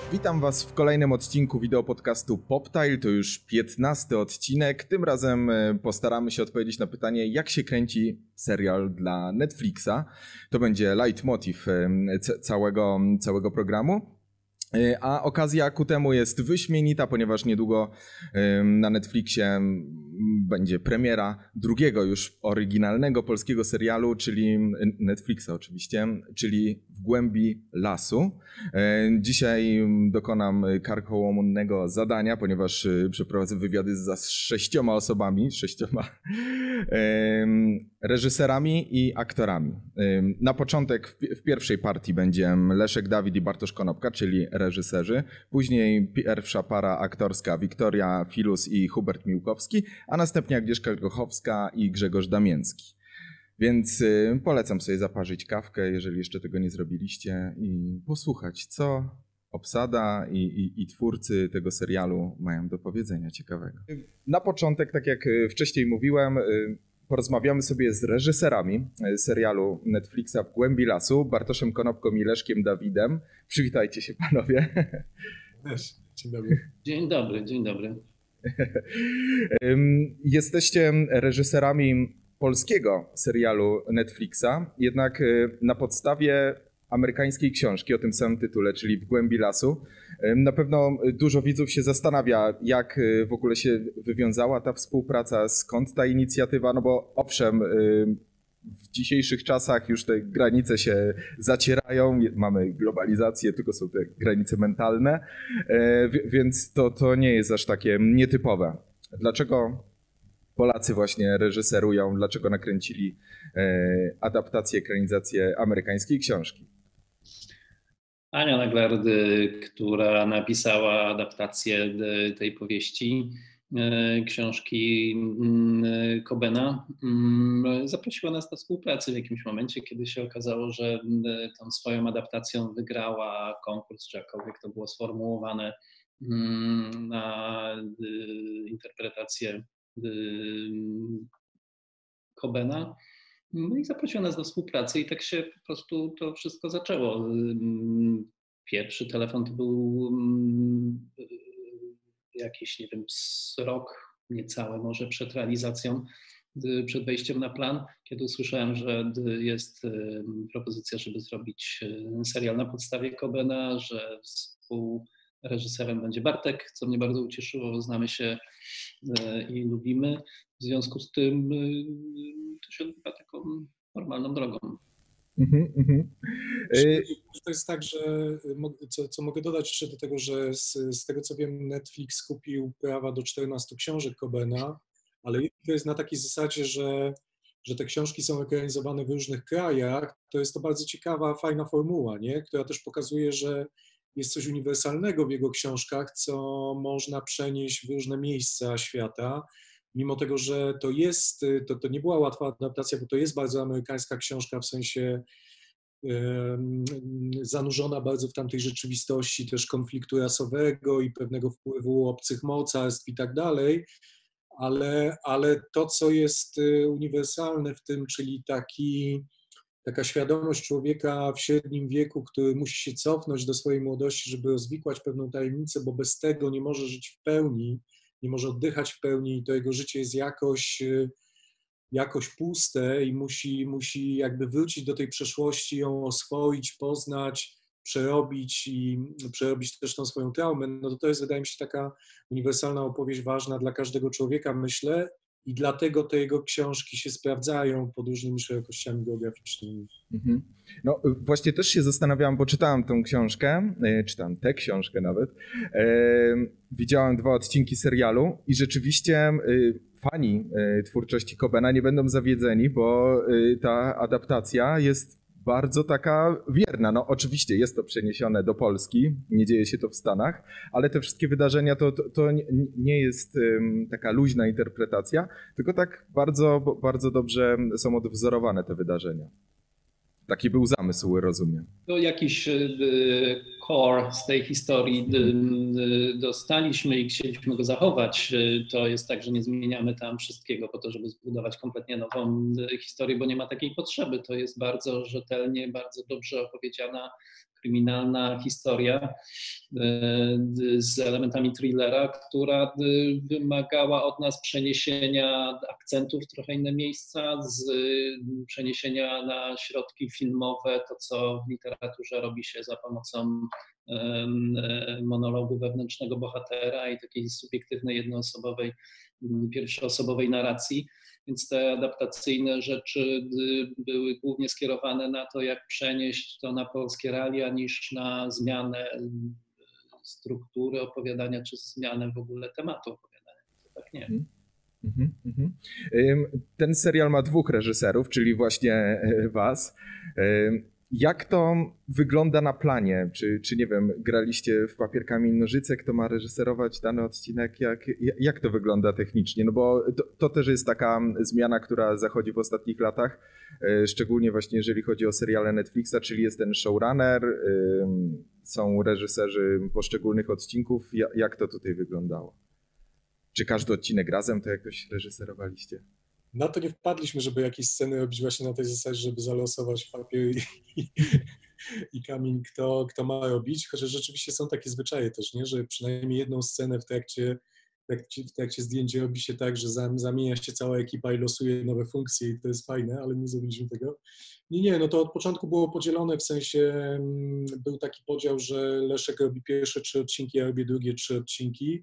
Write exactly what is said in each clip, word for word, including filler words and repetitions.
Witam Was w kolejnym odcinku wideopodcastu PopTile. To już piętnasty odcinek. Tym razem postaramy się odpowiedzieć na pytanie, jak się kręci serial dla Netflixa. To będzie leitmotiv całego, całego programu. A okazja ku temu jest wyśmienita, ponieważ niedługo na Netflixie będzie premiera drugiego już oryginalnego polskiego serialu, czyli Netflixa oczywiście, czyli W głębi lasu. Dzisiaj dokonam karkołomnego zadania, ponieważ przeprowadzę wywiady z sześcioma osobami, sześcioma reżyserami i aktorami. Na początek w pierwszej partii będzie Leszek Dawid i Bartosz Konopka, czyli reżyserzy. Później pierwsza para aktorska Wiktoria Filus i Hubert Miłkowski, a następnie Agnieszka Gochowska i Grzegorz Damięcki. Więc polecam sobie zaparzyć kawkę, jeżeli jeszcze tego nie zrobiliście, i posłuchać, co obsada i, i, i twórcy tego serialu mają do powiedzenia ciekawego. Na początek, tak jak wcześniej mówiłem, porozmawiamy sobie z reżyserami serialu Netflixa W głębi lasu, Bartoszem Konopką i Leszkiem Dawidem. Przywitajcie się, panowie. Dzień dobry. Dzień dobry, dzień dobry. Jesteście reżyserami polskiego serialu Netflixa, jednak na podstawie amerykańskiej książki o tym samym tytule, czyli W głębi lasu. Na pewno dużo widzów się zastanawia, jak w ogóle się wywiązała ta współpraca, skąd ta inicjatywa, no bo owszem, w dzisiejszych czasach już te granice się zacierają, mamy globalizację, tylko są te granice mentalne, więc to, to nie jest aż takie nietypowe. Dlaczego Polacy właśnie reżyserują, dlaczego nakręcili adaptację, ekranizację amerykańskiej książki? Ania Naglard, która napisała adaptację tej powieści, książki Cobena, zaprosiła nas do współpracy w jakimś momencie, kiedy się okazało, że tą swoją adaptacją wygrała konkurs, czy jakkolwiek to było sformułowane, na interpretację Cobena. No i zaprosiła nas do współpracy i tak się po prostu to wszystko zaczęło. Pierwszy telefon to był jakiś, nie wiem, rok, niecały może przed realizacją, przed wejściem na plan, kiedy usłyszałem, że jest propozycja, żeby zrobić serial na podstawie Cobena, że współreżyserem będzie Bartek, co mnie bardzo ucieszyło, znamy się i lubimy. W związku z tym to się odbywa taką normalną drogą. Mm-hmm, mm-hmm. To jest tak, że co, co mogę dodać jeszcze do tego, że z, z tego co wiem, Netflix kupił prawa do czternastu książek Cobena, ale to jest na takiej zasadzie, że, że te książki są ekranizowane w różnych krajach. To jest to bardzo ciekawa, fajna formuła, nie? Która też pokazuje, że jest coś uniwersalnego w jego książkach, co można przenieść w różne miejsca świata. Mimo tego, że to jest, to, to nie była łatwa adaptacja, bo to jest bardzo amerykańska książka, w sensie um, zanurzona bardzo w tamtej rzeczywistości też konfliktu rasowego i pewnego wpływu obcych mocarstw i tak dalej, ale, ale to, co jest uniwersalne w tym, czyli taki, taka świadomość człowieka w średnim wieku, który musi się cofnąć do swojej młodości, żeby rozwikłać pewną tajemnicę, bo bez tego nie może żyć w pełni, nie może oddychać w pełni i to jego życie jest jakoś, jakoś puste i musi, musi jakby wrócić do tej przeszłości, ją oswoić, poznać, przerobić i przerobić też tą swoją traumę. No to to jest, wydaje mi się, taka uniwersalna opowieść ważna dla każdego człowieka, myślę, i dlatego te jego książki się sprawdzają pod różnymi szerokościami geograficznymi. Mhm. No właśnie też się zastanawiałem, bo czytałem tę książkę, czytałem tę książkę nawet, e, widziałem dwa odcinki serialu i rzeczywiście fani twórczości Cobena nie będą zawiedzeni, bo ta adaptacja jest bardzo taka wierna. No oczywiście jest to przeniesione do Polski, nie dzieje się to w Stanach, ale te wszystkie wydarzenia to, to, to nie jest um, taka luźna interpretacja, tylko tak bardzo, bardzo dobrze są odwzorowane te wydarzenia. Taki był zamysł, rozumiem. To jakiś core z tej historii dostaliśmy i chcieliśmy go zachować, to jest tak, że nie zmieniamy tam wszystkiego po to, żeby zbudować kompletnie nową historię, bo nie ma takiej potrzeby. To jest bardzo rzetelnie, bardzo dobrze opowiedziana kryminalna historia z elementami thrillera, która wymagała od nas przeniesienia akcentów w trochę inne miejsca, z przeniesienia na środki filmowe, to co w literaturze robi się za pomocą monologu wewnętrznego bohatera i takiej subiektywnej, jednoosobowej, pierwszoosobowej narracji. Więc te adaptacyjne rzeczy były głównie skierowane na to, jak przenieść to na polskie realia, niż na zmianę struktury opowiadania, czy zmianę w ogóle tematu opowiadania. To tak nie. Mhm, mhm. Ten serial ma dwóch reżyserów, czyli właśnie was. Jak to wygląda na planie? Czy, czy nie wiem, graliście w papier, kamień, nożyce, kto ma reżyserować dany odcinek? Jak, jak to wygląda technicznie? No bo to, to też jest taka zmiana, która zachodzi w ostatnich latach, szczególnie właśnie jeżeli chodzi o seriale Netflixa, czyli jest ten showrunner, są reżyserzy poszczególnych odcinków. Jak to tutaj wyglądało? Czy każdy odcinek razem to jakoś reżyserowaliście? Na to nie wpadliśmy, żeby jakieś sceny robić właśnie na tej zasadzie, żeby zalosować papier i, i, i kamień, kto, kto ma robić, chociaż rzeczywiście są takie zwyczaje też, nie? Że przynajmniej jedną scenę w trakcie, w trakcie, w trakcie zdjęcia robi się tak, że zamienia się cała ekipa i losuje nowe funkcje i to jest fajne, ale nie zrobiliśmy tego. Nie, nie, no to od początku było podzielone, w sensie był taki podział, że Leszek robi pierwsze trzy odcinki, ja robię drugie trzy odcinki.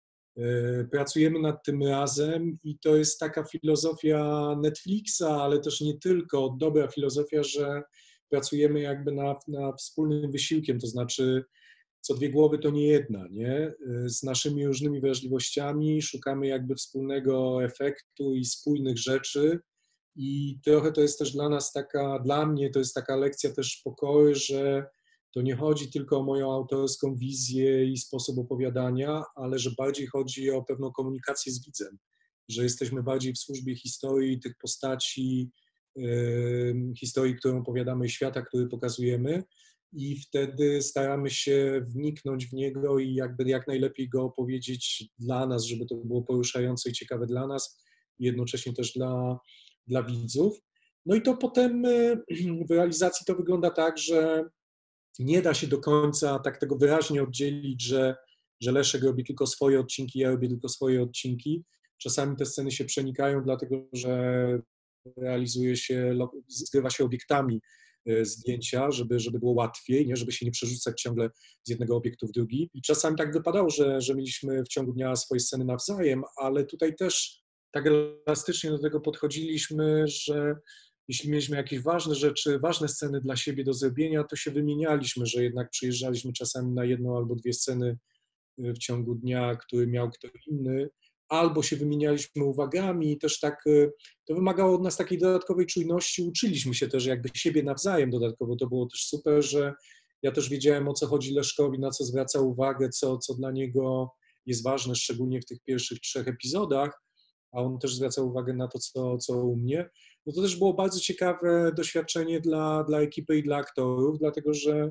Pracujemy nad tym razem i to jest taka filozofia Netflixa, ale też nie tylko, dobra filozofia, że pracujemy jakby na, na wspólnym wysiłkiem, to znaczy co dwie głowy to nie jedna, nie? Z naszymi różnymi wrażliwościami szukamy jakby wspólnego efektu i spójnych rzeczy i trochę to jest też dla nas taka, dla mnie to jest taka lekcja też pokory, że to nie chodzi tylko o moją autorską wizję i sposób opowiadania, ale że bardziej chodzi o pewną komunikację z widzem, że jesteśmy bardziej w służbie historii tych postaci, yy, historii, którą opowiadamy, świata, który pokazujemy i wtedy staramy się wniknąć w niego i jakby jak najlepiej go opowiedzieć dla nas, żeby to było poruszające i ciekawe dla nas i jednocześnie też dla, dla widzów. No i to potem w realizacji to wygląda tak, że nie da się do końca tak tego wyraźnie oddzielić, że, że Leszek robi tylko swoje odcinki, ja robię tylko swoje odcinki. Czasami te sceny się przenikają, dlatego że realizuje się, zgrywa się obiektami zdjęcia, żeby, żeby było łatwiej, nie? Żeby się nie przerzucać ciągle z jednego obiektu w drugi. I czasami tak wypadało, że, że mieliśmy w ciągu dnia swoje sceny nawzajem, ale tutaj też tak elastycznie do tego podchodziliśmy, że jeśli mieliśmy jakieś ważne rzeczy, ważne sceny dla siebie do zrobienia, to się wymienialiśmy, że jednak przyjeżdżaliśmy czasami na jedną albo dwie sceny w ciągu dnia, który miał ktoś inny, albo się wymienialiśmy uwagami i też tak, to wymagało od nas takiej dodatkowej czujności, uczyliśmy się też jakby siebie nawzajem dodatkowo, to było też super, że ja też wiedziałem, o co chodzi Leszkowi, na co zwraca uwagę, co, co dla niego jest ważne, szczególnie w tych pierwszych trzech epizodach, a on też zwraca uwagę na to, co, co u mnie. No to też było bardzo ciekawe doświadczenie dla, dla ekipy i dla aktorów, dlatego że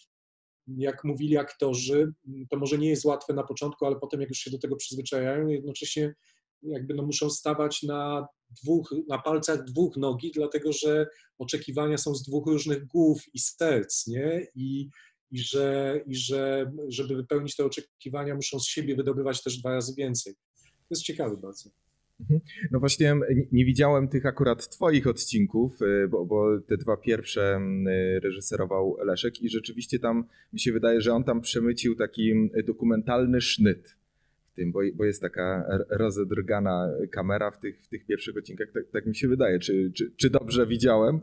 jak mówili aktorzy, to może nie jest łatwe na początku, ale potem jak już się do tego przyzwyczajają, jednocześnie jakby no muszą stawać na dwóch, na palcach dwóch nogi, dlatego że oczekiwania są z dwóch różnych głów i serc, nie? I, i, że, i że żeby wypełnić te oczekiwania, muszą z siebie wydobywać też dwa razy więcej. To jest ciekawe bardzo. No właśnie nie widziałem tych akurat twoich odcinków, bo, bo te dwa pierwsze reżyserował Leszek i rzeczywiście tam mi się wydaje, że on tam przemycił taki dokumentalny sznyt w tym, bo, bo jest taka rozedrgana kamera w tych, w tych pierwszych odcinkach, tak, tak mi się wydaje. Czy, czy, czy dobrze widziałem?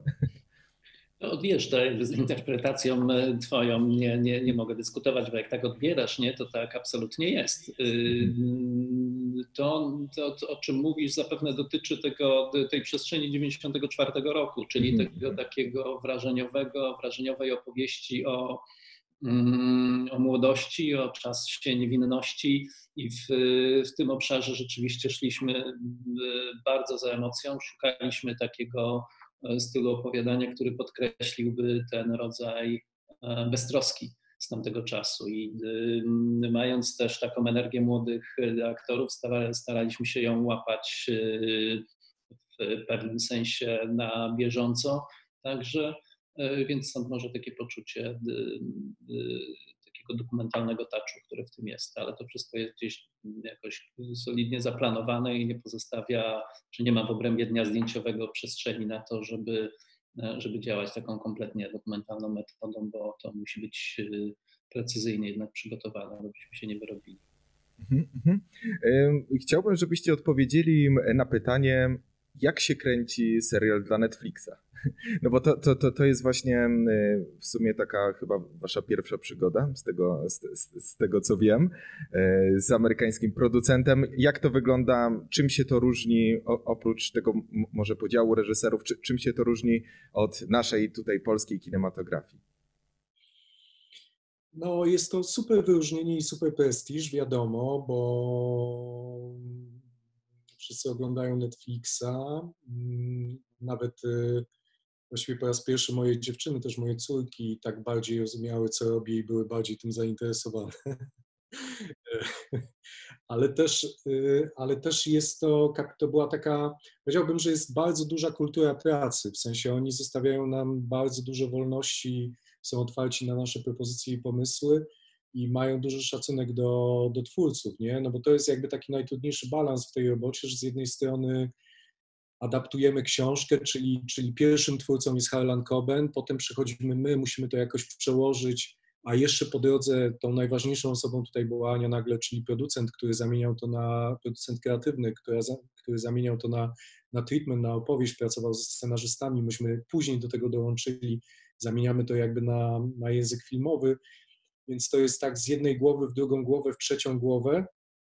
No wiesz, to z interpretacją twoją nie, nie, nie mogę dyskutować, bo jak tak odbierasz, nie, to tak absolutnie jest. To, to, to, o czym mówisz, zapewne dotyczy tego, tej przestrzeni dziewięćdziesiątego czwartego roku, czyli mm. tego takiego wrażeniowego, wrażeniowej opowieści o, o młodości, o czasie niewinności i w, w tym obszarze rzeczywiście szliśmy bardzo za emocją, szukaliśmy takiego stylu opowiadania, który podkreśliłby ten rodzaj beztroski, z tamtego czasu i y, mając też taką energię młodych aktorów, stara, staraliśmy się ją łapać y, w pewnym sensie na bieżąco, także y, więc stąd może takie poczucie y, y, takiego dokumentalnego touchu, które w tym jest, ale to wszystko jest gdzieś jakoś solidnie zaplanowane i nie pozostawia, czy nie ma w obrębie dnia zdjęciowego przestrzeni na to, żeby żeby działać taką kompletnie dokumentalną metodą, bo to musi być precyzyjnie jednak przygotowane, żebyśmy się nie wyrobili. Chciałbym, żebyście odpowiedzieli na pytanie, jak się kręci serial dla Netflixa? No bo to, to, to, to jest właśnie w sumie taka chyba wasza pierwsza przygoda, z tego, z, z, z tego co wiem, z amerykańskim producentem. Jak to wygląda, czym się to różni, oprócz tego może podziału reżyserów, czy, czym się to różni od naszej tutaj polskiej kinematografii? No jest to super wyróżnienie i super prestiż, wiadomo, bo wszyscy oglądają Netflixa, nawet właściwie po raz pierwszy moje dziewczyny, też moje córki tak bardziej rozumiały, co robię i były bardziej tym zainteresowane. Ale też, ale też jest to, to była taka, powiedziałbym, że jest bardzo duża kultura pracy, w sensie oni zostawiają nam bardzo dużo wolności, są otwarci na nasze propozycje i pomysły i mają duży szacunek do, do twórców, nie? No bo to jest jakby taki najtrudniejszy balans w tej robocie, że z jednej strony adaptujemy książkę, czyli, czyli pierwszym twórcą jest Harlan Coben, potem przychodzimy my, musimy to jakoś przełożyć, a jeszcze po drodze tą najważniejszą osobą tutaj była Ania Nagle, czyli producent, który zamieniał to na, producent kreatywny, który, który zamieniał to na, na treatment, na opowieść, pracował ze scenarzystami, myśmy później do tego dołączyli, zamieniamy to jakby na, na język filmowy, więc to jest tak z jednej głowy w drugą głowę, w trzecią głowę,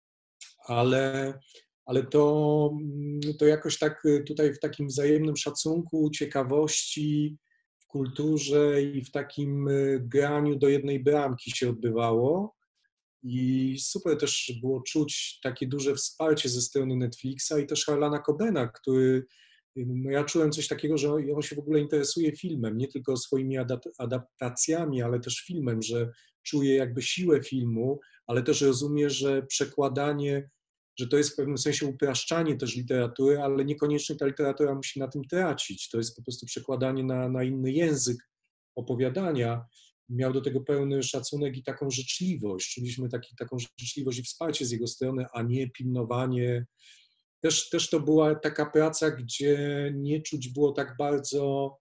ale... ale to, to jakoś tak tutaj w takim wzajemnym szacunku, ciekawości, w kulturze i w takim graniu do jednej bramki się odbywało. I super też było czuć takie duże wsparcie ze strony Netflixa i też Harlana Cobena, który, no ja czułem coś takiego, że on się w ogóle interesuje filmem, nie tylko swoimi adaptacjami, ale też filmem, że czuje jakby siłę filmu, ale też rozumie, że przekładanie, że to jest w pewnym sensie upraszczanie też literatury, ale niekoniecznie ta literatura musi na tym tracić. To jest po prostu przekładanie na, na inny język opowiadania. Miał do tego pełny szacunek i taką życzliwość. Czuliśmy taki, taką życzliwość i wsparcie z jego strony, a nie pilnowanie. Też, też to była taka praca, gdzie nie czuć było tak bardzo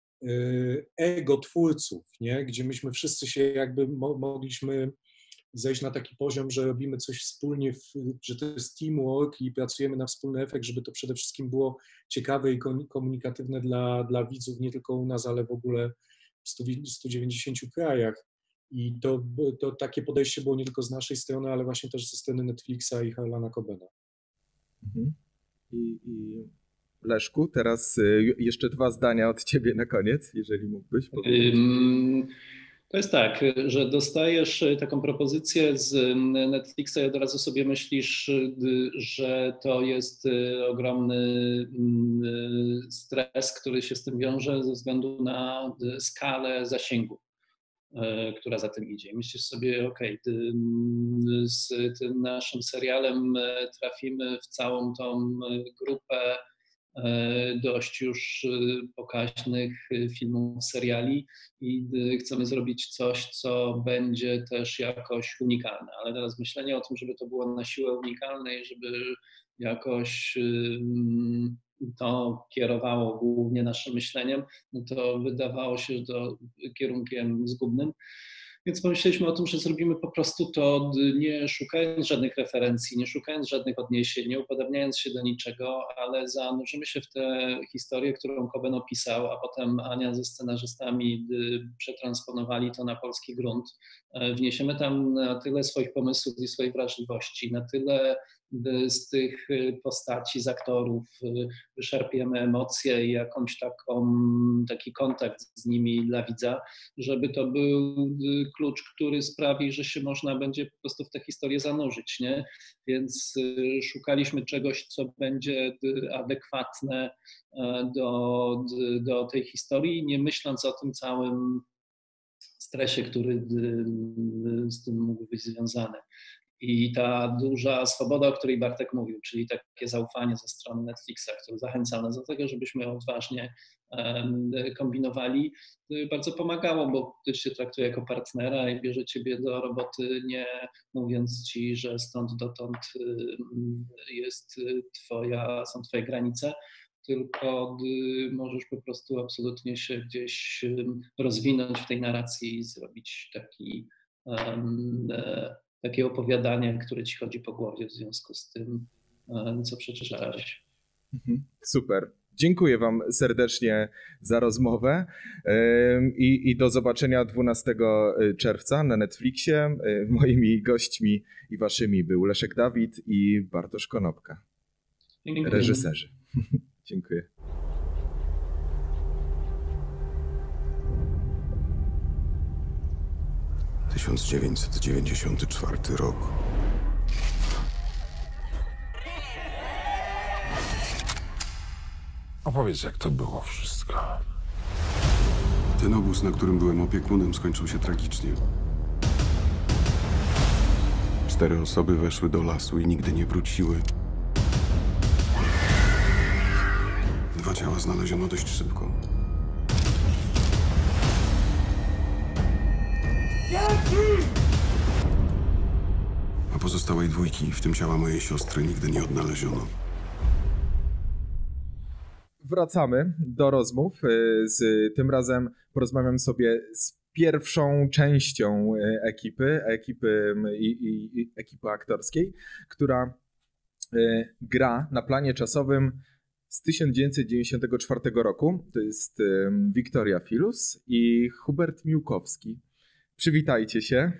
ego twórców, nie? Gdzie myśmy wszyscy się jakby mo- mogliśmy zejść na taki poziom, że robimy coś wspólnie, że to jest teamwork i pracujemy na wspólny efekt, żeby to przede wszystkim było ciekawe i komunikatywne dla, dla widzów, nie tylko u nas, ale w ogóle w stu dziewięćdziesięciu krajach. I to, to takie podejście było nie tylko z naszej strony, ale właśnie też ze strony Netflixa i Harlana Cobena. Mhm. I, I Leszku, teraz jeszcze dwa zdania od ciebie na koniec, jeżeli mógłbyś powiedzieć. Um... To jest tak, że dostajesz taką propozycję z Netflixa i od razu sobie myślisz, że to jest ogromny stres, który się z tym wiąże ze względu na skalę zasięgu, która za tym idzie. Myślisz sobie, okej, okay, z tym naszym serialem trafimy w całą tą grupę dość już pokaźnych filmów, seriali i chcemy zrobić coś, co będzie też jakoś unikalne. Ale teraz myślenie o tym, żeby to było na siłę unikalne i żeby jakoś to kierowało głównie naszym myśleniem, no to wydawało się, że to kierunkiem zgubnym. Więc pomyśleliśmy o tym, że zrobimy po prostu to nie szukając żadnych referencji, nie szukając żadnych odniesień, nie upodabniając się do niczego, ale zanurzymy się w tę historię, którą Coben opisał, a potem Ania ze scenarzystami przetransponowali to na polski grunt. Wniesiemy tam na tyle swoich pomysłów i swojej wrażliwości, na tyle z tych postaci, z aktorów wyczerpiemy emocje i jakąś taką, taki kontakt z nimi dla widza, żeby to był klucz, który sprawi, że się można będzie po prostu w tę historię zanurzyć, nie? Więc szukaliśmy czegoś, co będzie adekwatne do, do tej historii, nie myśląc o tym całym stresie, który z tym mógł być związany. I ta duża swoboda, o której Bartek mówił, czyli takie zaufanie ze strony Netflixa, które zachęca nas do tego, żebyśmy odważnie kombinowali, bardzo pomagało, bo ktoś się traktuje jako partnera i bierze ciebie do roboty, nie mówiąc ci, że stąd dotąd jest twoja, są twoje granice, tylko możesz po prostu absolutnie się gdzieś rozwinąć w tej narracji i zrobić taki, um, takie opowiadanie, które ci chodzi po głowie w związku z tym, co przeczytałeś. Super. Dziękuję wam serdecznie za rozmowę i, i do zobaczenia dwunastego czerwca na Netflixie. Moimi gośćmi i waszymi był Leszek Dawid i Bartosz Konopka, Dziękuję. reżyserzy. Dziękuję. tysiąc dziewięćset dziewięćdziesiąty czwarty rok. Opowiedz, jak to było wszystko. Ten obóz, na którym byłem opiekunem, skończył się tragicznie. Cztery osoby weszły do lasu i nigdy nie wróciły. Dwa ciała znaleziono dość szybko. A pozostałej dwójki, w tym ciała mojej siostry, nigdy nie odnaleziono. Wracamy do rozmów. Z, tym razem porozmawiam sobie z pierwszą częścią ekipy, ekipy i, i, i ekipy aktorskiej, która gra na planie czasowym z tysiąc dziewięćset dziewięćdziesiątego czwartego roku. To jest Wiktoria Filus i Hubert Miłkowski. Przywitajcie się.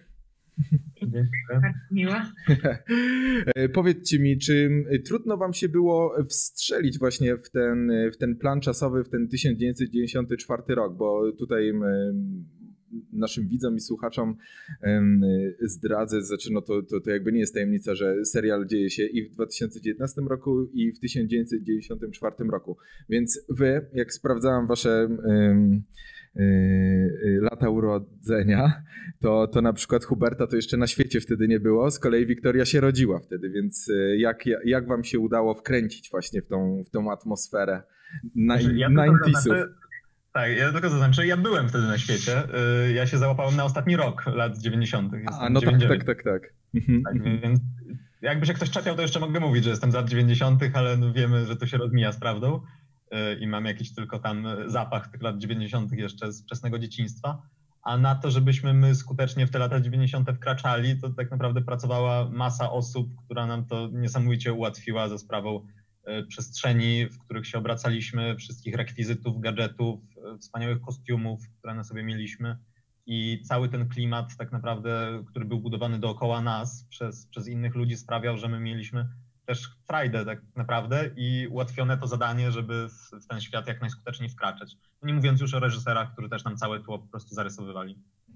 Bardzo miło. Powiedzcie mi, czy trudno wam się było wstrzelić właśnie w ten, w ten plan czasowy, w ten tysiąc dziewięćset dziewięćdziesiąty czwarty rok, bo tutaj naszym widzom i słuchaczom zdradzę, znaczy no to, to, to jakby nie jest tajemnica, że serial dzieje się i w dwa tysiące dziewiętnastym roku i w tysiąc dziewięćset dziewięćdziesiątym czwartym roku. Więc wy, jak sprawdzałem wasze um, Yy, lata urodzenia, to, to na przykład Huberta to jeszcze na świecie wtedy nie było, z kolei Wiktoria się rodziła wtedy, więc jak, jak wam się udało wkręcić właśnie w tą, w tą atmosferę dziewięćdziesiątych? Ja tak, ja tylko zaznaczę, ja byłem wtedy na świecie, ja się załapałem na ostatni rok lat dziewięćdziesiątych. A, no tak, tak, tak, tak. Tak, więc jakby się ktoś czepiał, to jeszcze mogę mówić, że jestem z lat dziewięćdziesiątych, ale no wiemy, że to się rozmija z prawdą. I mam jakiś tylko tam zapach tych lat dziewięćdziesiątych jeszcze z wczesnego dzieciństwa, a na to, żebyśmy my skutecznie w te lata dziewięćdziesiąte wkraczali, to tak naprawdę pracowała masa osób, która nam to niesamowicie ułatwiła za sprawą przestrzeni, w których się obracaliśmy, wszystkich rekwizytów, gadżetów, wspaniałych kostiumów, które na sobie mieliśmy i cały ten klimat tak naprawdę, który był budowany dookoła nas przez, przez innych ludzi sprawiał, że my mieliśmy też frajdę tak naprawdę i ułatwione to zadanie, żeby w, w ten świat jak najskuteczniej wkraczać. Nie mówiąc już o reżyserach, którzy też nam całe tło po prostu zarysowywali.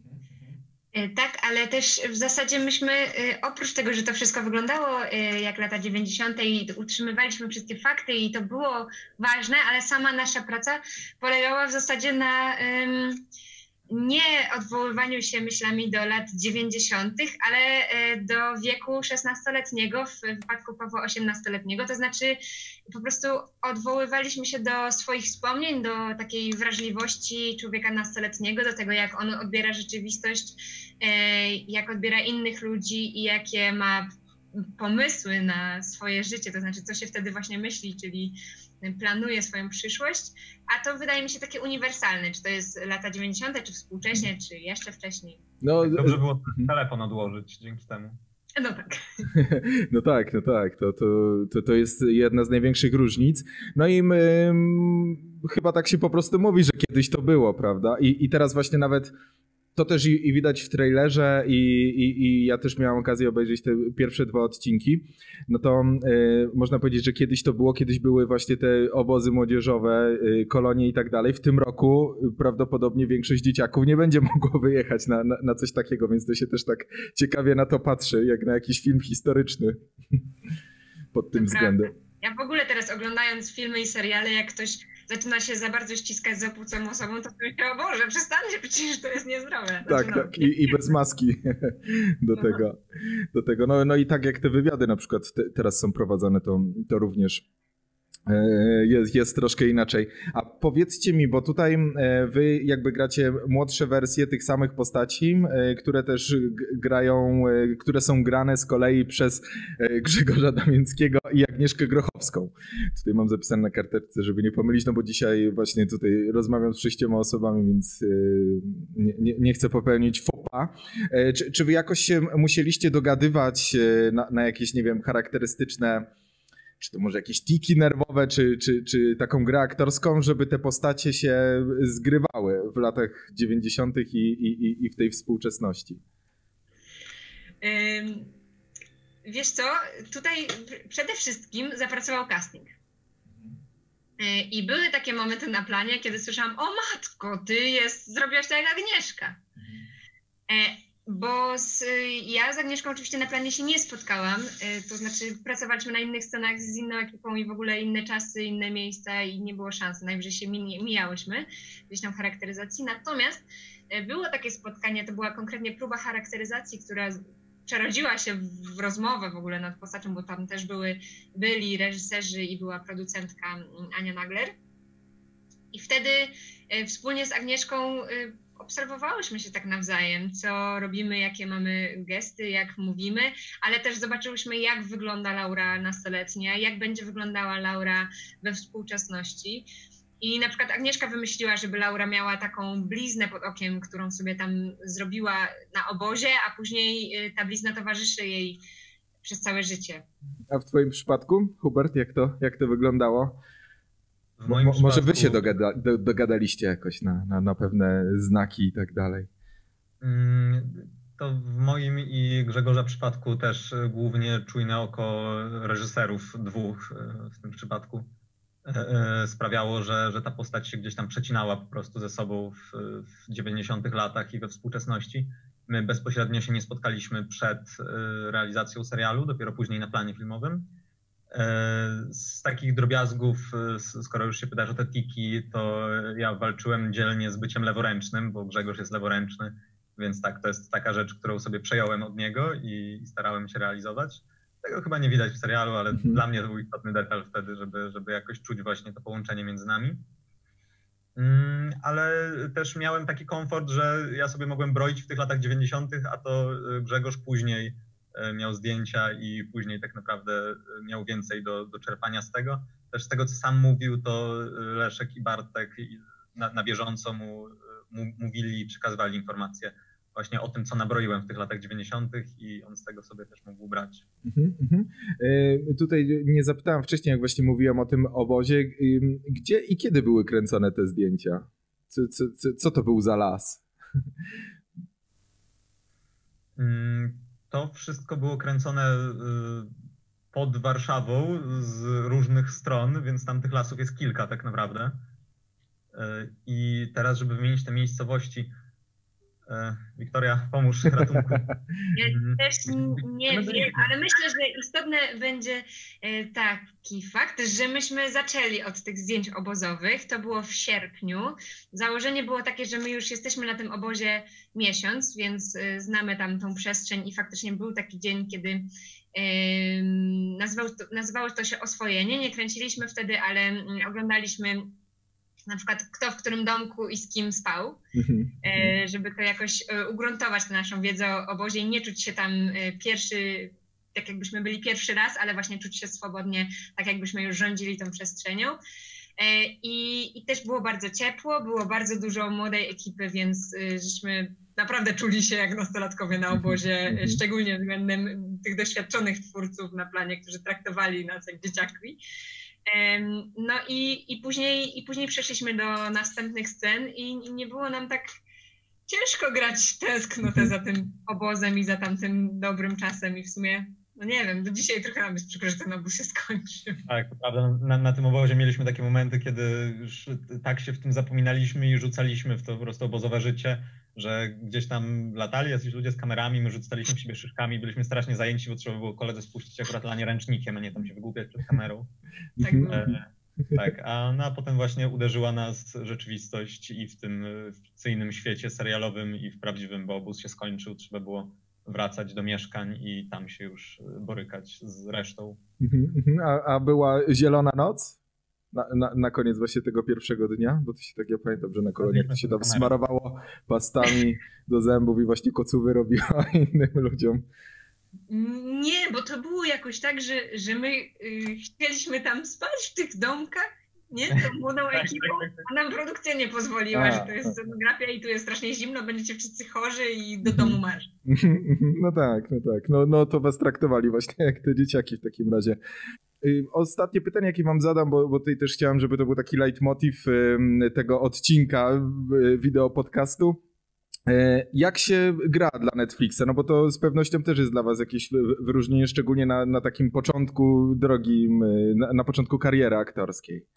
Tak, ale też w zasadzie myśmy oprócz tego, że to wszystko wyglądało jak lata dziewięćdziesiąte i utrzymywaliśmy wszystkie fakty i to było ważne, ale sama nasza praca polegała w zasadzie na um, nie odwoływaniu się myślami do lat dziewięćdziesiątych, ale do wieku szesnastoletniego, w wypadku Pawła osiemnastoletniego, to znaczy po prostu odwoływaliśmy się do swoich wspomnień, do takiej wrażliwości człowieka nastoletniego, do tego, jak on odbiera rzeczywistość, jak odbiera innych ludzi i jakie ma pomysły na swoje życie, to znaczy co się wtedy właśnie myśli, czyli planuje swoją przyszłość, a to wydaje mi się takie uniwersalne, czy to jest lata dziewięćdziesiąte, czy współcześnie, czy jeszcze wcześniej. No, dobrze było telefon odłożyć dzięki temu. No tak. No tak, no tak, to, to, to, to jest jedna z największych różnic. No i my, chyba tak się po prostu mówi, że kiedyś to było, prawda? I, i teraz właśnie nawet to też i, i widać w trailerze i, i, i ja też miałem okazję obejrzeć te pierwsze dwa odcinki, no to y, można powiedzieć, że kiedyś to było, kiedyś były właśnie te obozy młodzieżowe, y, kolonie i tak dalej. W tym roku y, prawdopodobnie większość dzieciaków nie będzie mogło wyjechać na, na, na coś takiego, więc to się też tak ciekawie na to patrzy, jak na jakiś film historyczny pod tym to względem. Prawda. Ja w ogóle teraz oglądając filmy i seriale, jak ktoś zaczyna się za bardzo ściskać z opłuconą osobą, to myślę, o Boże, przestańcie, przecież to jest niezdrowe. Tak, znaczy, no, tak. I, i bez maski do no. tego. Do tego. No, no i tak jak te wywiady na przykład te, teraz są prowadzone, to, to również Jest, jest troszkę inaczej. A powiedzcie mi, bo tutaj wy jakby gracie młodsze wersje tych samych postaci, które też grają, które są grane z kolei przez Grzegorza Damińskiego i Agnieszkę Grochowską. Tutaj mam zapisane na karteczce, żeby nie pomylić, no bo dzisiaj właśnie tutaj rozmawiam z sześcioma osobami, więc nie, nie, nie chcę popełnić faux pas. Czy, czy wy jakoś się musieliście dogadywać na, na jakieś, nie wiem, charakterystyczne, czy to może jakieś tiki nerwowe, czy, czy, czy taką grę aktorską, żeby te postacie się zgrywały w latach dziewięćdziesiątych i, i, i w tej współczesności? Wiesz co, tutaj przede wszystkim zapracował casting. I były takie momenty na planie, kiedy słyszałam, o matko, ty jest, zrobiłaś to jak Agnieszka. Bo z, ja z Agnieszką oczywiście na planie się nie spotkałam, to znaczy pracowaliśmy na innych scenach z inną ekipą i w ogóle inne czasy, inne miejsca i nie było szansy, najwyżej się mijałyśmy gdzieś tam charakteryzacji. Natomiast było takie spotkanie, to była konkretnie próba charakteryzacji, która przerodziła się w rozmowę w ogóle nad postacią, bo tam też były, byli reżyserzy i była producentka Ania Nagler. I wtedy wspólnie z Agnieszką obserwowałyśmy się tak nawzajem, co robimy, jakie mamy gesty, jak mówimy, ale też zobaczyłyśmy, jak wygląda Laura nastoletnia, jak będzie wyglądała Laura we współczesności. I na przykład Agnieszka wymyśliła, żeby Laura miała taką bliznę pod okiem, którą sobie tam zrobiła na obozie, a później ta blizna towarzyszy jej przez całe życie. A w twoim przypadku, Hubert, jak to, jak to wyglądało? W moim Mo, przypadku... Może wy się dogada, do, dogadaliście jakoś na, na, na pewne znaki i tak dalej. To w moim i Grzegorza przypadku też głównie czujne oko reżyserów dwóch w tym przypadku sprawiało, że, że ta postać się gdzieś tam przecinała po prostu ze sobą w, w dziewięćdziesiątych latach i we współczesności. My bezpośrednio się nie spotkaliśmy przed realizacją serialu, dopiero później na planie filmowym. Z takich drobiazgów, skoro już się pytasz o te tiki, to ja walczyłem dzielnie z byciem leworęcznym, bo Grzegorz jest leworęczny, więc tak, to jest taka rzecz, którą sobie przejąłem od niego i starałem się realizować. Tego chyba nie widać w serialu, ale mhm. dla mnie to był istotny detal wtedy, żeby, żeby jakoś czuć właśnie to połączenie między nami. Ale też miałem taki komfort, że ja sobie mogłem broić w tych latach dziewięćdziesiątych, a to Grzegorz później miał zdjęcia i później tak naprawdę miał więcej do, do czerpania z tego. Też z tego, co sam mówił, to Leszek i Bartek na, na bieżąco mu, mu mówili i przekazywali informacje właśnie o tym, co nabroiłem w tych latach dziewięćdziesiątych i on z tego sobie też mógł brać. Mhm, mhm. E, tutaj nie zapytałem wcześniej, jak właśnie mówiłem o tym obozie, gdzie i kiedy były kręcone te zdjęcia? Co, co, co, co to był za las? To wszystko było kręcone pod Warszawą z różnych stron, więc tam tych lasów jest kilka tak naprawdę. I teraz, żeby wymienić te miejscowości, Wiktoria, pomóż ratunku. Ja też nie wiem, ale myślę, że istotny będzie taki fakt, że myśmy zaczęli od tych zdjęć obozowych. To było w sierpniu. Założenie było takie, że my już jesteśmy na tym obozie miesiąc, więc znamy tam tą przestrzeń i faktycznie był taki dzień, kiedy nazywało to, nazywało to się oswojenie. Nie kręciliśmy wtedy, ale oglądaliśmy na przykład kto w którym domku i z kim spał, żeby to jakoś ugruntować tę naszą wiedzę o obozie i nie czuć się tam pierwszy, tak jakbyśmy byli pierwszy raz, ale właśnie czuć się swobodnie, tak jakbyśmy już rządzili tą przestrzenią. I, i też było bardzo ciepło, było bardzo dużo młodej ekipy, więc żeśmy naprawdę czuli się jak nastolatkowie na obozie, szczególnie względem tych doświadczonych twórców na planie, którzy traktowali nas jak dzieciaki. No i, i, później, i później przeszliśmy do następnych scen i nie było nam tak ciężko grać tęsknotę za tym obozem i za tamtym dobrym czasem i w sumie, no nie wiem, do dzisiaj trochę nam jest przykro, że ten obóz się skończył. Tak, to prawda, na, na tym obozie mieliśmy takie momenty, kiedy już tak się w tym zapominaliśmy i rzucaliśmy w to po prostu obozowe życie, że gdzieś tam latali jacyś ludzie z kamerami, my rzucaliśmy w siebie szyszkami, byliśmy strasznie zajęci, bo trzeba było koledze spuścić akurat lanie ręcznikiem, a nie tam się wygłupiać przed kamerą. Tak było. Tak, a, no, a potem właśnie uderzyła nas rzeczywistość i w tym fikcyjnym świecie serialowym i w prawdziwym, bo obóz się skończył, trzeba było wracać do mieszkań i tam się już borykać z resztą. A, a była zielona noc? Na, na, na koniec właśnie tego pierwszego dnia? Bo to się tak, ja pamiętam, że na koloniach to się tam smarowało pastami do zębów i właśnie kocówy robiła innym ludziom. Nie, bo to było jakoś tak, że, że my y, chcieliśmy tam spać w tych domkach, nie? Tą młodą ekipą, a nam produkcja nie pozwoliła, a, że to jest scenografia i tu jest strasznie zimno, będziecie wszyscy chorzy i do domu marsz. No tak, no tak. No, no to was traktowali właśnie jak te dzieciaki w takim razie. Ostatnie pytanie, jakie wam zadam, bo, bo tutaj też chciałem, żeby to był taki leitmotiv tego odcinka wideo podcastu. Jak się gra dla Netflixa? No bo to z pewnością też jest dla was jakieś wyróżnienie, szczególnie na, na takim początku drogi, na, na początku kariery aktorskiej.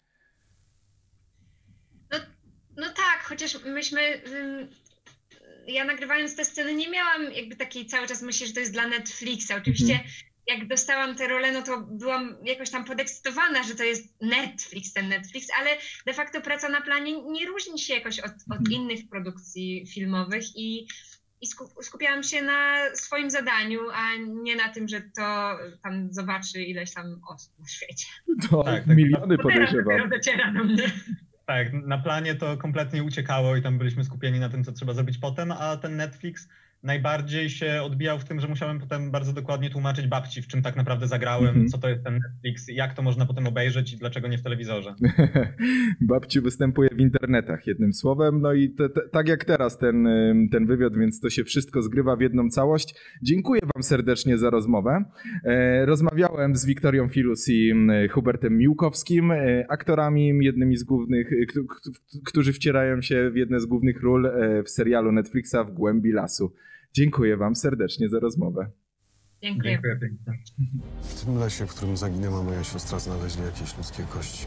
No, no tak, chociaż myśmy... Ja nagrywając te sceny nie miałam jakby takiej cały czas myśli, że to jest dla Netflixa. Oczywiście mhm. jak dostałam tę rolę, no to byłam jakoś tam podekscytowana, że to jest Netflix, ten Netflix, ale de facto praca na planie nie różni się jakoś od, od innych produkcji filmowych i, i skupiałam się na swoim zadaniu, a nie na tym, że to tam zobaczy ileś tam osób na świecie. To tak, tak, miliony to podejrzewam. teraz dociera do mnie. Tak, na planie to kompletnie uciekało i tam byliśmy skupieni na tym, co trzeba zrobić potem, a ten Netflix najbardziej się odbijał w tym, że musiałem potem bardzo dokładnie tłumaczyć babci, w czym tak naprawdę zagrałem, mm-hmm. co to jest ten Netflix, jak to można potem obejrzeć i dlaczego nie w telewizorze. Babci występuje w internetach, jednym słowem, no i te, te, tak jak teraz ten, ten wywiad, więc to się wszystko zgrywa w jedną całość. Dziękuję wam serdecznie za rozmowę. Rozmawiałem z Wiktorią Filus i Hubertem Miłkowskim, aktorami, jednymi z głównych, którzy wcierają się w jedne z głównych ról w serialu Netflixa W głębi lasu. Dziękuję wam serdecznie za rozmowę. Dziękuję. Dziękuję pięknie. W tym lesie, w którym zaginęła moja siostra, znaleźli jakieś ludzkie kości.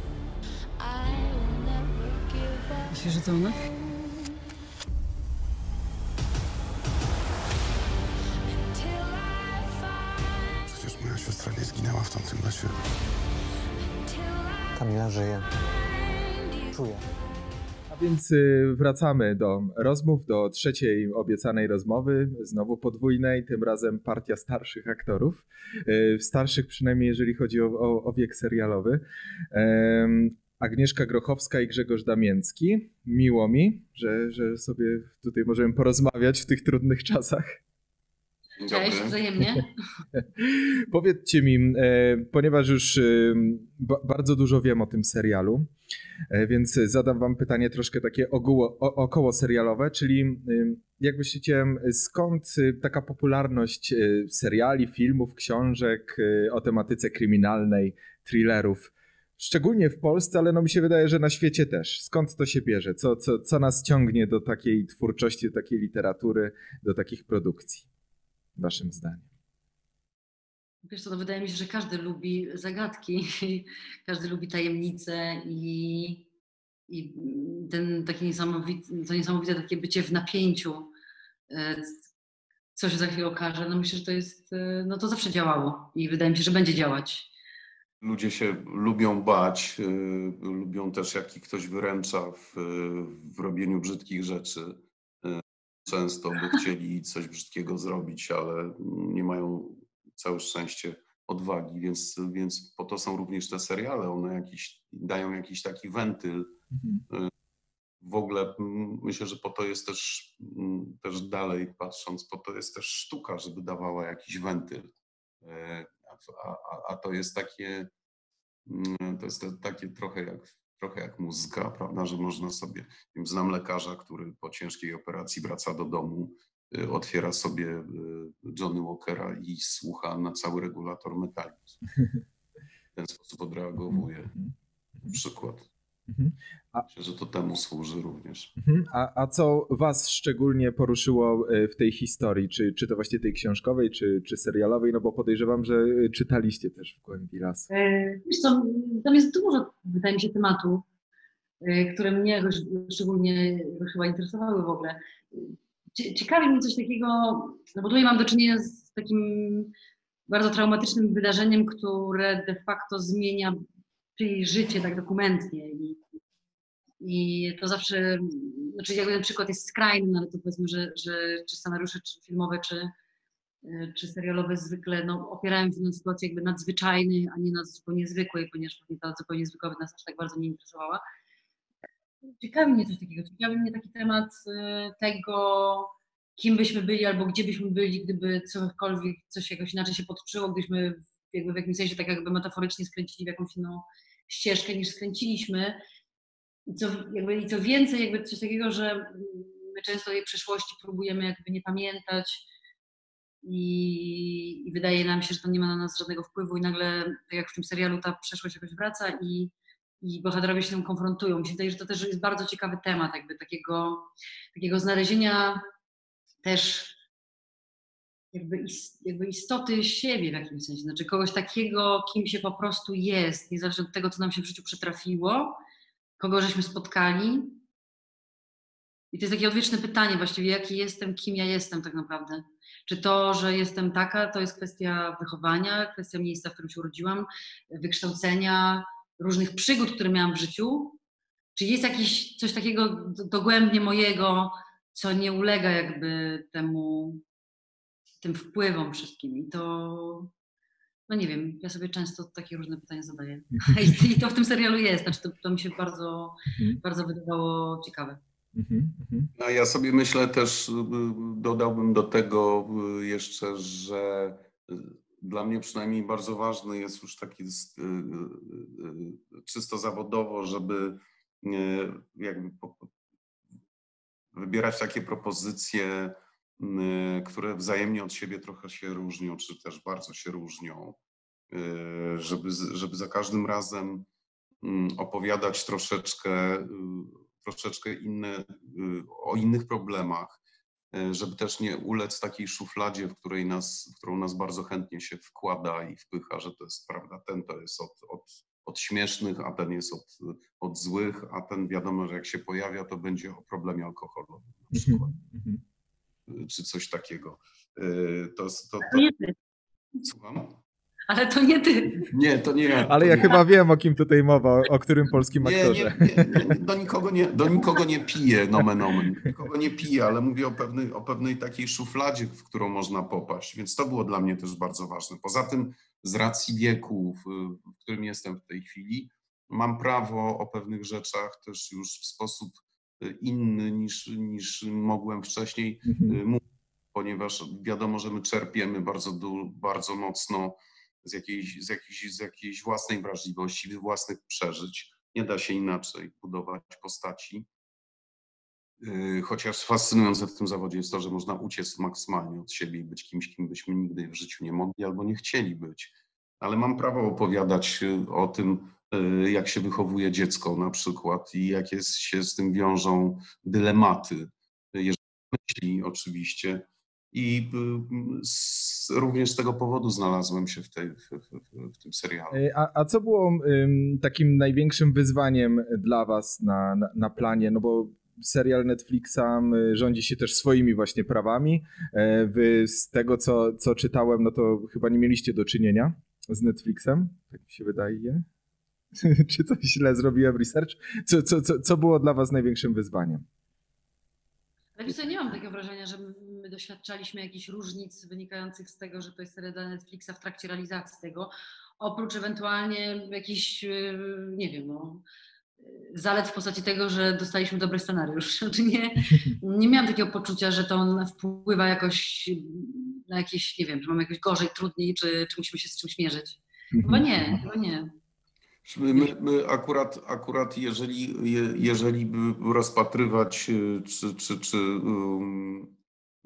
Myślisz, że to ona? Przecież moja siostra nie zginęła w tamtym lesie. Kamila żyje. Czuję. A więc wracamy do rozmów, do trzeciej obiecanej rozmowy, znowu podwójnej, tym razem partia starszych aktorów, starszych przynajmniej jeżeli chodzi o, o, o wiek serialowy. Agnieszka Grochowska i Grzegorz Damięcki. Miło mi, że, że sobie tutaj możemy porozmawiać w tych trudnych czasach. Cześć, wzajemnie. Powiedzcie mi, ponieważ już bardzo dużo wiem o tym serialu, więc zadam wam pytanie troszkę takie około, około serialowe, czyli jak myślicie, skąd taka popularność seriali, filmów, książek o tematyce kryminalnej, thrillerów, szczególnie w Polsce, ale no mi się wydaje, że na świecie też. Skąd to się bierze? Co, co, co nas ciągnie do takiej twórczości, do takiej literatury, do takich produkcji? Waszym zdaniem? Wiesz co, to wydaje mi się, że każdy lubi zagadki, każdy lubi tajemnice i, i ten taki niesamowity, to niesamowite takie bycie w napięciu, co się za chwilę okaże. No myślę, że to jest, no to zawsze działało i wydaje mi się, że będzie działać. Ludzie się lubią bać, y, lubią też, jak ich ktoś wyręcza w, w robieniu brzydkich rzeczy. Często by chcieli coś brzydkiego zrobić, ale nie mają całe szczęście odwagi, więc, więc po to są również te seriale. One jakiś, dają jakiś taki wentyl. Mhm. W ogóle myślę, że po to jest też, też dalej patrząc, po to jest też sztuka, żeby dawała jakiś wentyl. A, a, a to jest takie, to jest takie trochę jak Trochę jak muzyka, prawda, że można sobie, nie wiem, znam lekarza, który po ciężkiej operacji wraca do domu, y, otwiera sobie y, Johnny Walkera i słucha na cały regulator metalizm. W ten sposób odreagowuje. Przykład. Myślę, że to temu służy również. A, a co was szczególnie poruszyło w tej historii? Czy, czy to właśnie tej książkowej, czy, czy serialowej? No bo podejrzewam, że czytaliście też W głębi lasu. Wiesz co, tam jest dużo, wydaje mi się, tematów, które mnie jakoś szczególnie chyba interesowały w ogóle. Ciekawi mnie coś takiego, no bo tutaj mam do czynienia z takim bardzo traumatycznym wydarzeniem, które de facto zmienia czyjeś życie tak dokumentnie. I, i to zawsze, znaczy jakby ten przykład jest skrajny, no ale to powiedzmy, że, że czy scenariusze, czy filmowe, czy, czy serialowe zwykle no, opierają się na sytuacji jakby nadzwyczajnej, a nie na zupełnie zwykłej, ponieważ pewnie ta zupełnie zwykła by nas aż tak bardzo nie interesowała. Ciekawi mnie coś takiego, ciekawi mnie taki temat tego, kim byśmy byli albo gdzie byśmy byli, gdyby cokolwiek, coś jakoś inaczej się potoczyło, gdybyśmy jakby w jakimś sensie tak jakby metaforycznie skręcili w jakąś inną ścieżkę niż skręciliśmy. I co, jakby, i co więcej, jakby coś takiego, że my często jej przeszłości próbujemy jakby nie pamiętać i, i wydaje nam się, że to nie ma na nas żadnego wpływu i nagle, tak jak w tym serialu, ta przeszłość jakoś wraca i i bohaterowie się tym konfrontują. Mi się wydaje, że to też jest bardzo ciekawy temat, jakby takiego, takiego znalezienia też jakby, ist, jakby istoty siebie w jakimś sensie, znaczy kogoś takiego, kim się po prostu jest, niezależnie od tego, co nam się w życiu przytrafiło, kogo żeśmy spotkali. I to jest takie odwieczne pytanie właściwie, jaki jestem, kim ja jestem tak naprawdę. Czy to, że jestem taka, to jest kwestia wychowania, kwestia miejsca, w którym się urodziłam, wykształcenia, różnych przygód, które miałam w życiu, czy jest jakieś coś takiego dogłębnie mojego, co nie ulega jakby temu, tym wpływom wszystkim. I to, no nie wiem, ja sobie często takie różne pytania zadaję. I, i to w tym serialu jest, znaczy to, to mi się bardzo, bardzo wydawało ciekawe. No, ja sobie myślę też, dodałbym do tego jeszcze, że dla mnie przynajmniej bardzo ważny jest już taki czysto zawodowo, żeby jakby wybierać takie propozycje, które wzajemnie od siebie trochę się różnią, czy też bardzo się różnią, żeby, żeby za każdym razem opowiadać troszeczkę, troszeczkę inne, o innych problemach, żeby też nie ulec takiej szufladzie, w której nas, w którą nas bardzo chętnie się wkłada i wpycha, że to jest prawda, ten to jest od, od, od śmiesznych, a ten jest od, od złych, a ten wiadomo, że jak się pojawia, to będzie o problemie alkoholowym na przykład, czy coś takiego. To, to, to... Słucham? Ale to nie ty. Nie, to nie ja. Ale ja nie. chyba wiem, o kim tutaj mowa, o którym polskim nie, aktorze. Nie, nie, nie, do, nikogo nie, do nikogo nie piję, nomen omen. Nikogo nie piję, ale mówię o pewnej, o pewnej takiej szufladzie, w którą można popaść, więc to było dla mnie też bardzo ważne. Poza tym z racji wieku, w, w którym jestem w tej chwili, mam prawo o pewnych rzeczach też już w sposób inny niż, niż mogłem wcześniej Mhm. mówić, ponieważ wiadomo, że my czerpiemy bardzo, bardzo mocno z jakiejś, z, jakiejś, z jakiejś własnej wrażliwości, własnych przeżyć. Nie da się inaczej budować postaci. Chociaż fascynujące w tym zawodzie jest to, że można uciec maksymalnie od siebie i być kimś, kim byśmy nigdy w życiu nie mogli albo nie chcieli być. Ale mam prawo opowiadać o tym, jak się wychowuje dziecko na przykład i jakie się z tym wiążą dylematy, jeżeli myśli oczywiście. I z, również z tego powodu znalazłem się w, tej, w, w, w tym serialu. A, a co było um, takim największym wyzwaniem dla was na, na, na planie? No bo serial Netflixa rządzi się też swoimi właśnie prawami. Wy z tego, co, co czytałem, no to chyba nie mieliście do czynienia z Netflixem, tak mi się wydaje. Czy coś źle zrobiłem research? Co, co, co, co było dla was największym wyzwaniem? Ale wiesz co, nie mam takiego wrażenia, że my doświadczaliśmy jakichś różnic wynikających z tego, że to jest serial Netflixa w trakcie realizacji tego, oprócz ewentualnie jakichś, nie wiem, no, zalet w postaci tego, że dostaliśmy dobry scenariusz. Znaczy nie, nie miałam takiego poczucia, że to wpływa jakoś na jakieś, nie wiem, że mamy jakoś gorzej, trudniej, czy, czy musimy się z czymś mierzyć. Chyba nie, chyba nie. My, my akurat, akurat jeżeli, jeżeli by rozpatrywać, czy, czy, czy um,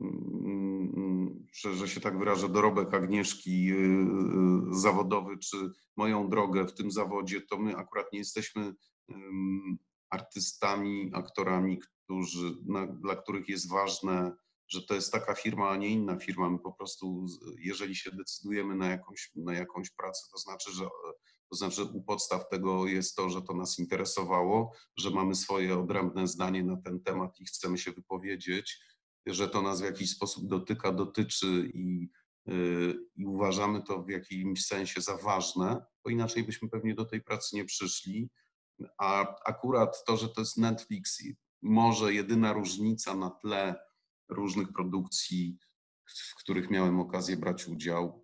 um, że, że się tak wyrażę, dorobek Agnieszki um, zawodowy, czy moją drogę w tym zawodzie, to my akurat nie jesteśmy um, artystami, aktorami, którzy, na, dla których jest ważne, że to jest taka firma, a nie inna firma. My po prostu, jeżeli się decydujemy na jakąś, na jakąś pracę, to znaczy, że To znaczy u podstaw tego jest to, że to nas interesowało, że mamy swoje odrębne zdanie na ten temat i chcemy się wypowiedzieć, że to nas w jakiś sposób dotyka, dotyczy i i uważamy to w jakimś sensie za ważne, bo inaczej byśmy pewnie do tej pracy nie przyszli. A akurat to, że to jest Netflix, może jedyna różnica na tle różnych produkcji, w których miałem okazję brać udział,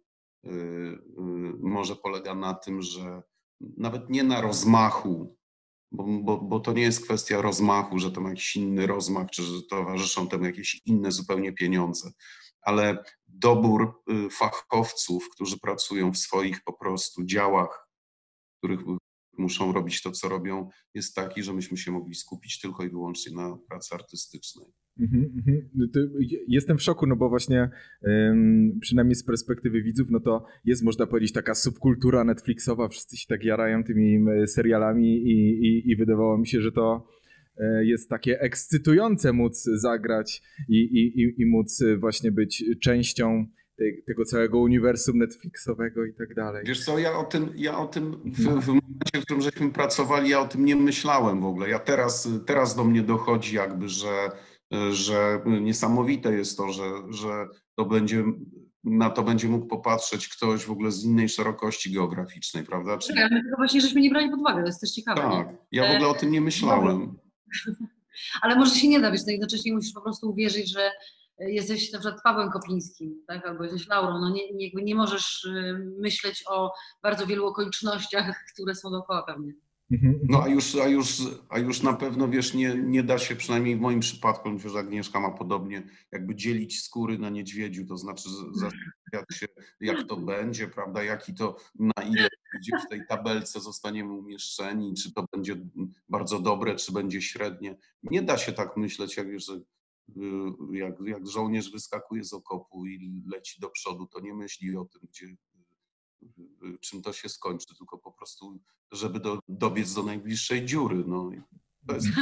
może polega na tym, że nawet nie na rozmachu, bo, bo, bo to nie jest kwestia rozmachu, że to ma jakiś inny rozmach, czy że towarzyszą temu jakieś inne zupełnie pieniądze, ale dobór fachowców, którzy pracują w swoich po prostu działach, w których muszą robić to, co robią, jest taki, że myśmy się mogli skupić tylko i wyłącznie na pracy artystycznej. Jestem w szoku, no bo właśnie um, przynajmniej z perspektywy widzów, no to jest, można powiedzieć, taka subkultura Netflixowa, wszyscy się tak jarają tymi serialami i, i, i wydawało mi się, że to jest takie ekscytujące móc zagrać i, i, i móc właśnie być częścią tego całego uniwersum Netflixowego i tak dalej. Wiesz co, ja o tym, ja o tym w, w momencie, w którym żeśmy pracowali, ja o tym nie myślałem w ogóle. Ja teraz, teraz do mnie dochodzi jakby, że, że niesamowite jest to, że, że to będzie, na to będzie mógł popatrzeć ktoś w ogóle z innej szerokości geograficznej, prawda? Czyli... Tak, ale tego właśnie żeśmy nie brali pod uwagę, to jest też ciekawe. Tak, nie? ja w ogóle o tym nie myślałem. Ale może się nie da, wiesz, no jednocześnie musisz po prostu uwierzyć, że jesteś na przykład Pawłem Kopińskim, tak? Albo jesteś Laurą, no nie, nie, jakby nie możesz myśleć o bardzo wielu okolicznościach, które są dookoła pewnie. No a już, a już, a już na pewno, wiesz, nie, nie da się, przynajmniej w moim przypadku, myślę, że Agnieszka ma podobnie, jakby dzielić skóry na niedźwiedziu, to znaczy zastanawiać się, jak to będzie, prawda, jaki to, na ile gdzie w tej tabelce zostaniemy umieszczeni, czy to będzie bardzo dobre, czy będzie średnie. Nie da się tak myśleć, jak wiesz, że Jak, jak żołnierz wyskakuje z okopu i leci do przodu, to nie myśli o tym, gdzie, czym to się skończy, tylko po prostu, żeby do, dobiec do najbliższej dziury. No, to jest...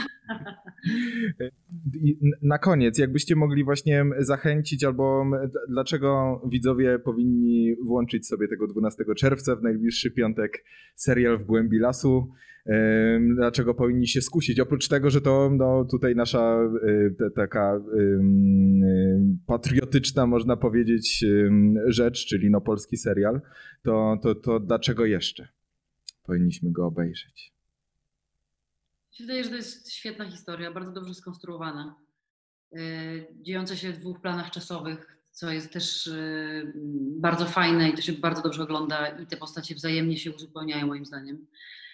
Na koniec, jakbyście mogli właśnie zachęcić, albo dlaczego widzowie powinni włączyć sobie tego dwunastego czerwca w najbliższy piątek serial W głębi lasu, dlaczego powinni się skusić? Oprócz tego, że to no, tutaj nasza ta, taka um, patriotyczna, można powiedzieć, um, rzecz, czyli no, polski serial, to, to, to dlaczego jeszcze powinniśmy go obejrzeć? Mi się wydaje, że to jest świetna historia, bardzo dobrze skonstruowana, yy, dziejąca się w dwóch planach czasowych, co jest też yy, bardzo fajne i to się bardzo dobrze ogląda i te postacie wzajemnie się uzupełniają moim zdaniem.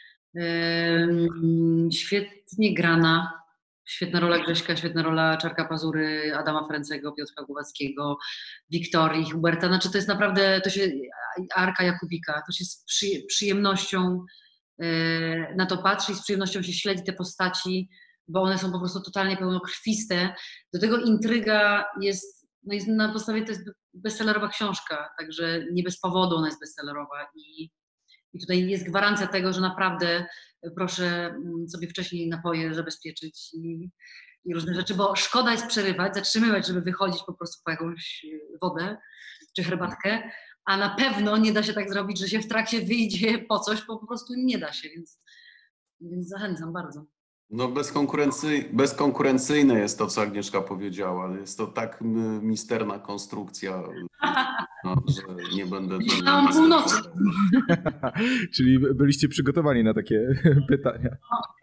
Świetnie grana, świetna rola Grześka, świetna rola Czarka Pazury, Adama Ferencego, Piotra Głowackiego, Wiktorii, Huberta, znaczy to jest naprawdę, to się, Arka Jakubika, to się z przyjemnością na to patrzy i z przyjemnością się śledzi te postaci, bo one są po prostu totalnie pełnokrwiste. Do tego intryga jest, no jest na podstawie, to jest bestsellerowa książka, także nie bez powodu ona jest bestsellerowa i I tutaj jest gwarancja tego, że naprawdę proszę sobie wcześniej napoje zabezpieczyć i, i różne rzeczy, bo szkoda jest przerywać, zatrzymywać, żeby wychodzić po prostu po jakąś wodę czy herbatkę, a na pewno nie da się tak zrobić, że się w trakcie wyjdzie po coś, bo po prostu nie da się, więc, więc zachęcam bardzo. No bezkonkurencyjne, bezkonkurencyjne jest to, co Agnieszka powiedziała, ale jest to tak misterna konstrukcja, no, że nie będę... Myślałam północy. Czyli byliście przygotowani na takie pytania.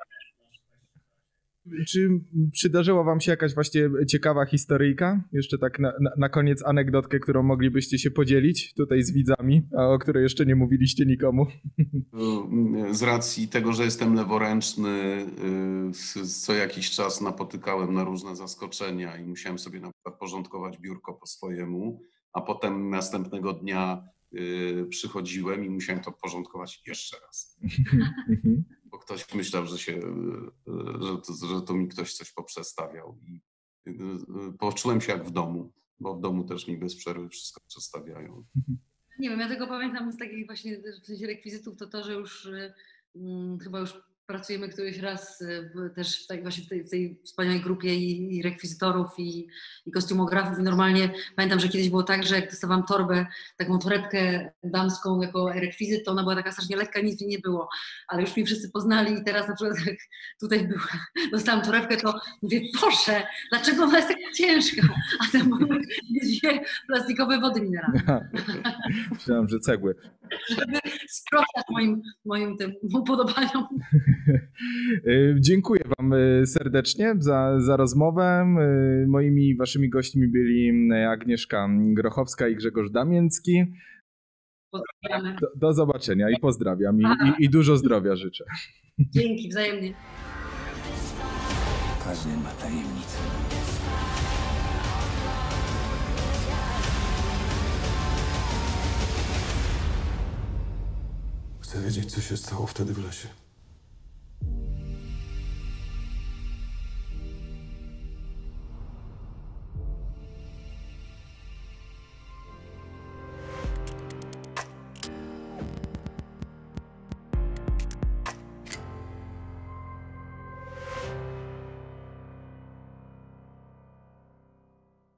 Czy przydarzyła wam się jakaś właśnie ciekawa historyjka? Jeszcze tak na, na, na koniec anegdotkę, którą moglibyście się podzielić tutaj z widzami, a o której jeszcze nie mówiliście nikomu. Z racji tego, że jestem leworęczny, co jakiś czas napotykałem na różne zaskoczenia i musiałem sobie na przykład porządkować biurko po swojemu, a potem następnego dnia przychodziłem i musiałem to porządkować jeszcze raz. Bo ktoś myślał, że, się, że, to, że to mi ktoś coś poprzestawiał. I poczułem się jak w domu, bo w domu też mi bez przerwy wszystko przestawiają. Nie wiem, ja tego pamiętam z takich właśnie w sensie rekwizytów, to to, że już hmm, chyba już pracujemy któryś raz w, też w tej, właśnie w tej, w tej wspaniałej grupie i, i rekwizytorów i, i kostiumografów i normalnie pamiętam, że kiedyś było tak, że jak dostawałam torbę, taką torebkę damską jako rekwizyt, to ona była taka strasznie lekka, nic w niej nie było, ale już mnie wszyscy poznali i teraz na przykład jak tutaj była, dostałam torebkę, to mówię, Boże, dlaczego ona jest taka ciężka? A tam były takie plastikowe wody mineralne. Myślałem, że cegły. Żeby sprostać moim, moim tym upodobaniom. Dziękuję wam serdecznie za, za rozmowę. Moimi waszymi gośćmi byli Agnieszka Grochowska i Grzegorz Damięcki. Pozdrawiamy. Do, do zobaczenia i pozdrawiam. I, i, i dużo zdrowia życzę. Dzięki, wzajemnie. Każdy ma tajemnicę. Chcę wiedzieć, co się stało wtedy w lesie.